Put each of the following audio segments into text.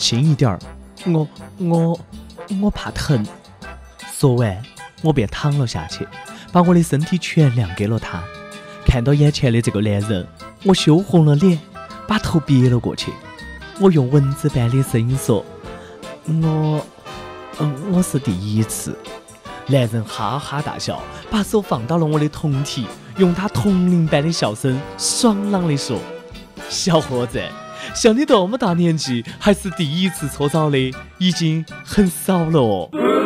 轻一点儿，我怕疼。说完，我便躺了下去，把我的身体全亮给了他。看到眼前的这个男人，我羞红了脸，把头别了过去。我用蚊子般的声音说：“我是第一次。”男人哈哈大笑，把手放到了我的胴体，用他铜铃般的笑声爽朗地说：“小伙子，像你这么大年纪还是第一次搓澡的，已经很少了哦。”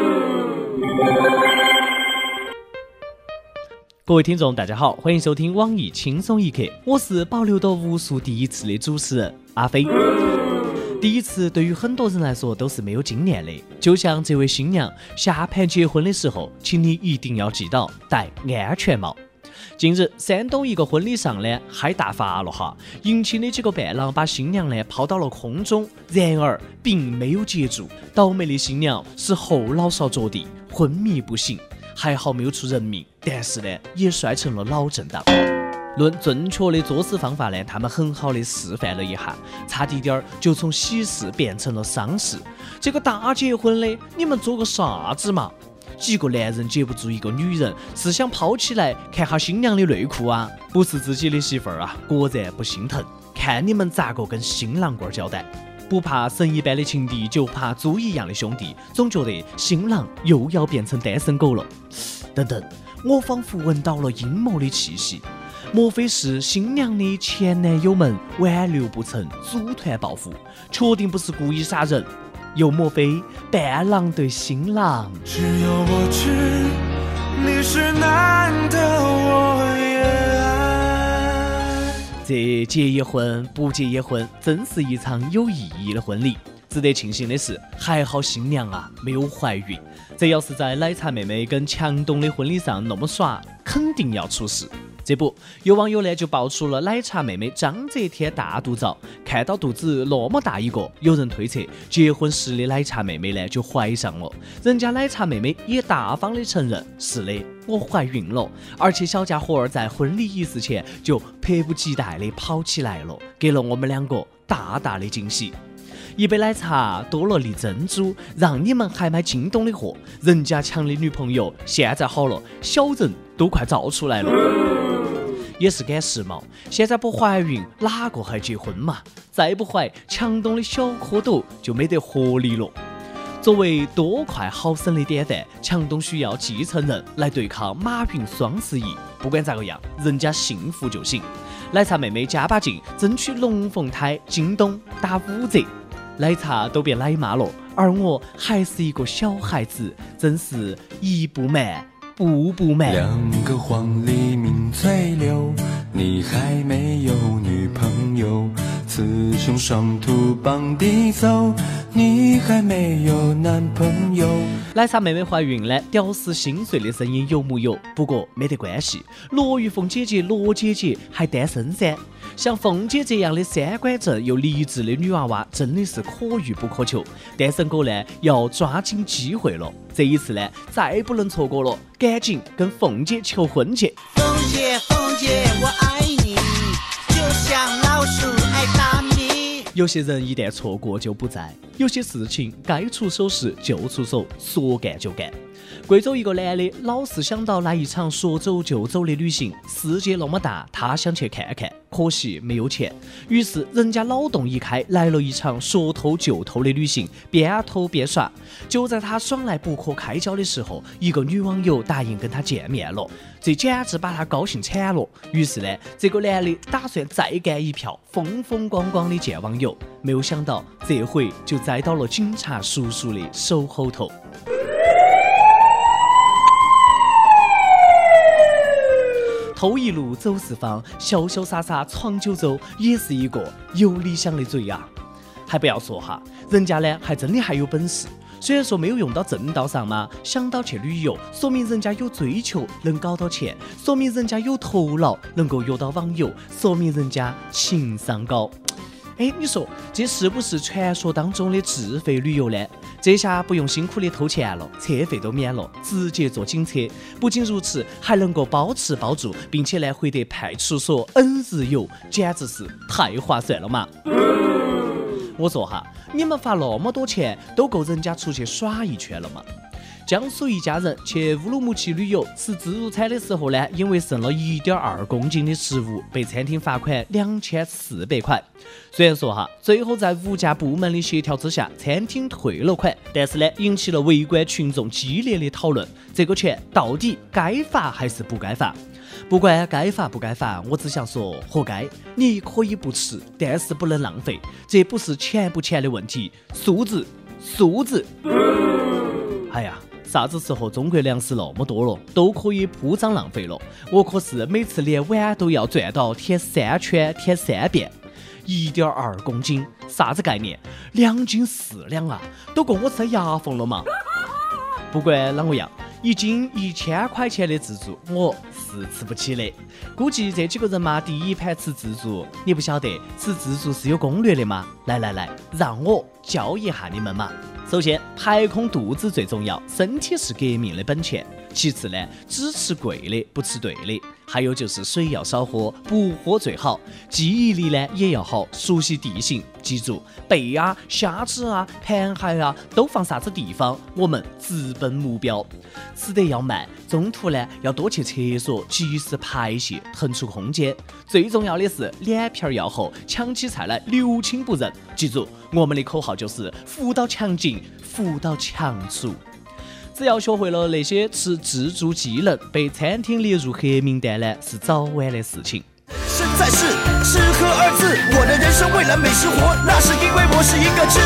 各位听众大家好，欢迎收听网易轻松一刻，我是保留了无数第一次的主持人阿飞。第一次对于很多人来说都是没有经验的，就像这位新娘下盘结婚的时候，请你一定要记到戴安全帽。近日，山东一个婚礼上呢，嗨大发了哈，迎亲的几个伴郎把新娘呢抛到了空中，然而并没有接住，倒霉的新娘是后脑勺着地，昏迷不醒，还好没有出人命，但是呢也摔成了脑震荡。论正确的作死方法呢，他们很好的示范了一下，差滴点儿就从喜事变成了丧事。这个大结婚的，你们做个啥子嘛？几个男人接不住一个女人，是想抛起来看下新娘的内裤啊？不是自己的媳妇儿啊，果然不心疼。看你们咋个跟新郎官交代？不怕神一般的情敌，就怕猪一样的兄弟。总觉得新郎又要变成单身狗了。等等，我仿佛闻到了阴谋的气息。莫非是新娘的前男友们挽留不成，组团报复？确定不是故意杀人？又莫非伴郎对新郎？ 只有我知你是男的，我也爱。 这结也婚，不结也婚，真是一场有意义的婚礼。值得庆幸的是，还好新娘啊没有怀孕。这要是在奶茶妹妹跟强东的婚礼上那么耍，肯定要出事。这不，有网友呢就爆出了奶茶妹妹张泽天大肚照，看到肚子那么大一个，有人推测结婚时的奶茶妹妹呢就怀上了。人家奶茶妹妹也大方的承认，是的，我怀孕了，而且小家伙儿在婚礼仪式前就迫不及待的跑起来了，给了我们两个大大的惊喜。一杯奶茶多了粒珍珠，让你们还买京东的货，人家抢的女朋友现在好了，小人都快造出来了。也是赶时髦，现在不怀孕哪个还结婚嘛？再不怀，强东的小蝌蚪就没得活力了。作为多快好省的典范，强东需要继承人来对抗马云双十一。不管咋个样，人家幸福就行。奶茶妹妹加把劲，争取龙凤胎，京东打5折。奶茶都变奶妈了，而我还是一个小孩子，真是一不满步步满。 两个黄鹂鸣翠柳，你还没有女朋友，雌雄双兔傍地走，你还没有男朋友。 奶茶妹妹怀孕呢，屌丝心碎的声音有木有？不过没得关系，罗玉凤姐姐罗姐姐还单身噻。像凤姐这样的三观正又励志的女娃娃，真的是可遇不可求。单身狗呢，要抓紧机会了。这一次呢，再不能错过了，赶紧跟凤姐求婚去。 凤姐，凤姐，我爱你，就像老鼠爱大米。 有些人一旦错过就不在，有些事情该出手时就出手，说干就干。贵州一个男的老是想到来一场说走就走的旅行，世界那么大，他想去看看，可惜没有钱。于是人家脑洞一开，来了一场说偷就偷的旅行，边偷边耍。就在他爽来不可开交的时候，一个女网友答应跟他见面了，这简直把他高兴惨了。于是呢，这个男的打算再干一票，风风光光的见网友。没有想到这回就栽到了警察叔叔的手后头。偷一路走四方，潇潇洒洒闯九州，也是一个有理想的嘴啊！还不要说哈，人家呢还真的还有本事。虽然说没有用到正道上嘛，想到去旅游，说明人家有追求，能搞到钱，说明人家有头脑，能够约到网友，说明人家情商高。哎，你说这是不是传说当中的自费旅游呢？这下不用辛苦的偷钱了，车费都免了，直接坐警车。不仅如此，还能够包吃包住，并且呢回得派出所N日游，简直是太划算了嘛！我说哈， 你们花那么多钱，都够人家出去耍一圈了吗？江苏一家人去乌鲁木齐旅游，吃自助餐的时候呢，因为剩了1.2公斤的食物，被餐厅罚款2400块。虽然说最后在物价部门的协调之下，餐厅退了款，但是呢，引起了围观群众激烈的讨论。这个钱到底该罚还是不该罚？不管该罚不该罚，我只想说，活该！你可以不吃，但是不能浪费。这不是钱不钱的问题，素质。哎呀！啥子时候中国粮食那么多了，都可以铺张浪费了？我可是每次连碗都要转到舔3圈，舔3遍。1.2公斤，啥子概念？2斤4两啊，都够我吃牙缝了嘛！不管啷个样，1斤1000块钱的自助，我是吃不起的。估计这几个人嘛，第一盘吃自助，你不晓得吃自助是有攻略的吗？来，让我教一下你们嘛。首先，排空肚子最重要，身体是革命的本钱。其次呢，只吃贵的，不吃对的。还有就是水要少喝，不喝最好。记忆力呢也要好，熟悉地形，记住背啊、下肢啊、盘海啊都放啥子地方，我们直奔目标。吃得要慢，中途呢要多去厕所，及时排泄，腾出空间。最重要的是脸皮要厚，抢起菜来留情不认。记住，我们的口号就是扶到墙进，扶到墙出。只要学会了那些吃自助技能，被餐厅列入黑名单呢，是早晚的事情。 身在世，吃喝二字，我的人生为了美食活，那是因为我是一个吃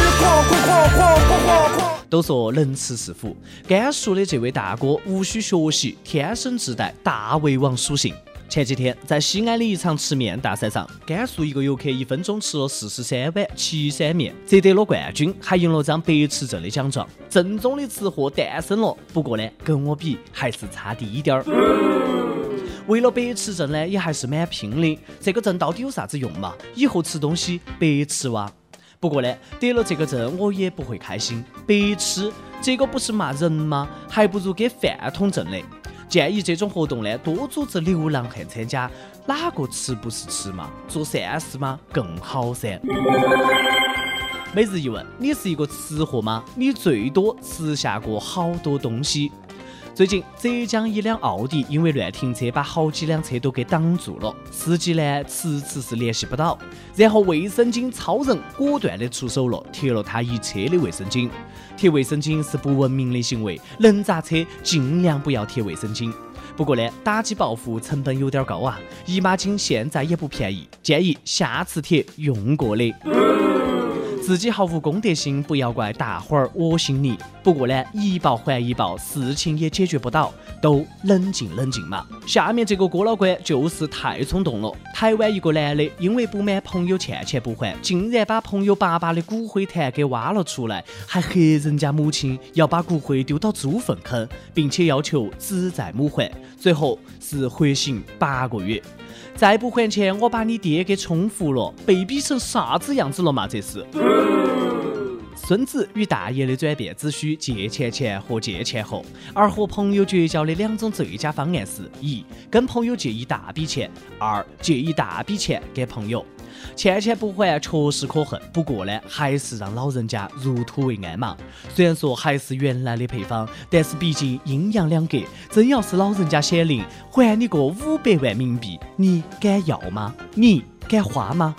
货。 都说能吃是福，甘肃的这位大哥无需学习，天生自带大胃王属性。前几天在西安的一场吃面大赛上，甘肃一个游客1分钟吃了43碗岐山面，摘得了冠军，还赢了张白痴证的奖状。正宗的吃货诞生了，不过呢，跟我比还是差低一点。为了白痴证呢，也还是蛮拼的。这个证到底有啥子用嘛？以后吃东西白吃哇。不过呢，得了这个证我也不会开心。白吃这个不是骂人吗？还不如给饭桶挣的。建议这种活动呢，多组织流浪汉参加，哪个吃不是吃嘛？做善事嘛更好噻。每日一问，你是一个吃货吗？你最多吃下过好多东西？最近浙江一辆奥迪因为乱停车，把好几辆车都给挡住了，司机呢迟迟是联系不到，然后卫生巾超人果断的出手了，贴了他一车的卫生巾。贴卫生巾是不文明的行为，能砸车尽量不要贴卫生巾。不过呢，打击报复成本有点高啊，姨妈巾现在也不便宜，建议下次贴用过的。自己毫无公德心，不要怪大伙儿恶心你。不过呢，一报还一报，事情也解决不到，都冷静冷静嘛。下面这个郭老倌就是太冲动了。台湾一个男的因为不满朋友欠钱不还，竟然把朋友爸爸的骨灰坛给挖了出来，还黑人家母亲要把骨灰丢到猪粪坑，并且要求子债母还，最后是活刑8个月。再不还钱，我把你爹给冲服了，被逼成啥子样子了嘛？这是。孙子与大爷的转变只需借钱前和借钱后，而和朋友绝交的2种最佳方案是：一、跟朋友借一大笔钱；二、借一大笔钱给朋友。欠钱不还确实可恨，不过呢，还是让老人家入土为安嘛。虽然说还是原来的配方，但是毕竟阴阳两隔，真要是老人家显灵，还你个500万冥币，你敢要吗？你敢花吗？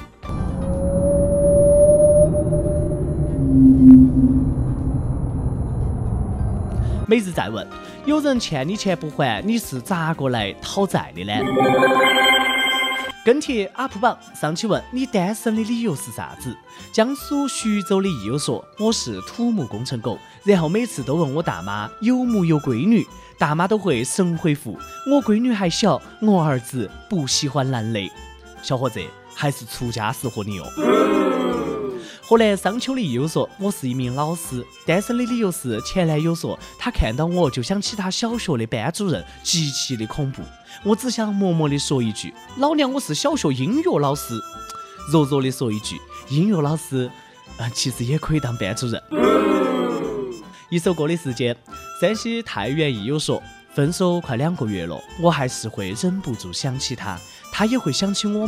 每日再问，有人欠你钱不还，你是咋个来讨债的呢？跟帖 UP 榜上期问你单身的理由是啥子？江苏徐州的益友说，我是土木工程狗，然后每次都问我大妈有木有闺女，大妈都会神回复，我闺女还小，我儿子不喜欢男的。小伙子还是出家适合你哦。河南商丘的益友说，我是一名老师，单身的理由是前男友说他看到我就想起他小学的班主任，极其的恐怖。我只想默默地说一句，老娘我是小学音乐老师，弱弱地说一句，音乐老师其实也可以当班主任。一首歌的时间，山西太原益友说，分手快2个月了，我还是会忍不住想起他，他也会想起我吗？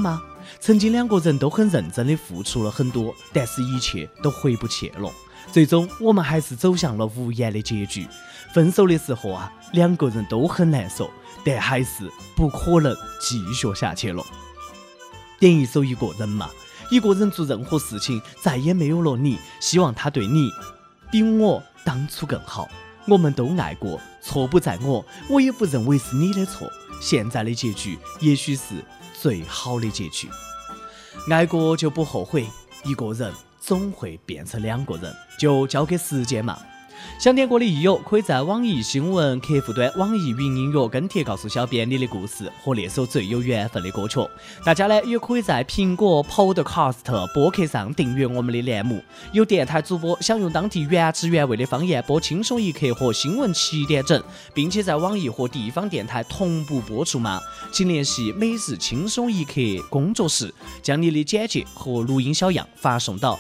曾经两个人都很认真的付出了很多，但是一切都回不去了。最终我们还是走向了无言的结局。分手的时候啊，两个人都很难受，但还是不可能继续下去了。点一首一个人嘛，一个人做任何事情再也没有了你，希望他对你比我当初更好。我们都爱过，错不在我，我也不认为是你的错。现在的结局也许是最好的结局。爱过就不后悔，一个人总会变成两个人，就交给时间嘛。想点歌的益友可以在网易新闻客户端、网易云音乐跟帖告诉小编你的故事和那首最有缘分的歌曲。大家呢也可以在苹果 Podcast 播客上订阅我们的栏目。有电台主播想用当地原汁原味的方言播轻松一刻和新闻7点整，并且在网易和地方电台同步播出吗？请联系每日轻松一刻工作室，将你的简介和录音小样发送到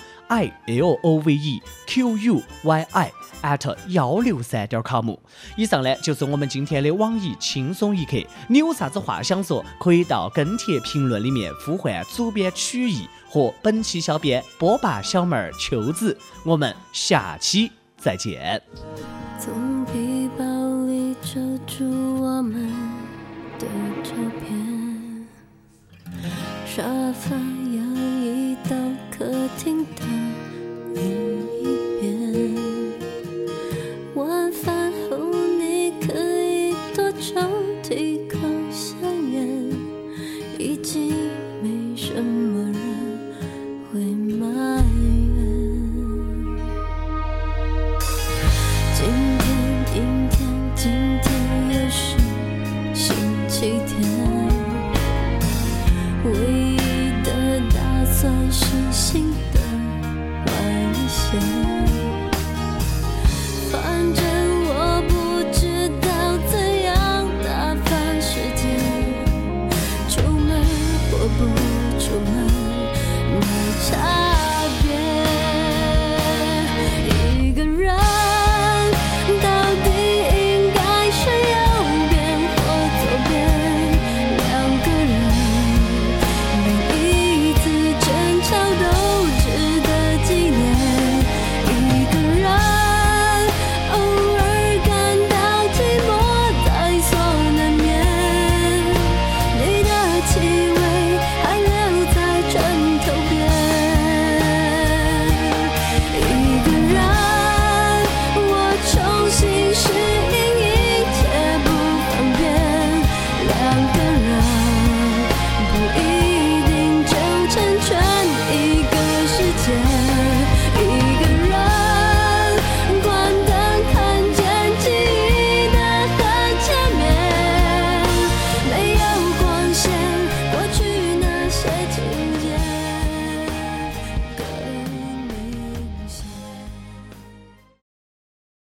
ILOVEQUYI@163.com。以上呢就是我们今天的网易轻松一刻。你有啥子话想说，可以到跟帖评论里面呼唤主编曲艺和本期小编波霸小妹儿秋子。我们下期再见。 从皮包里抽出我们的照片，沙发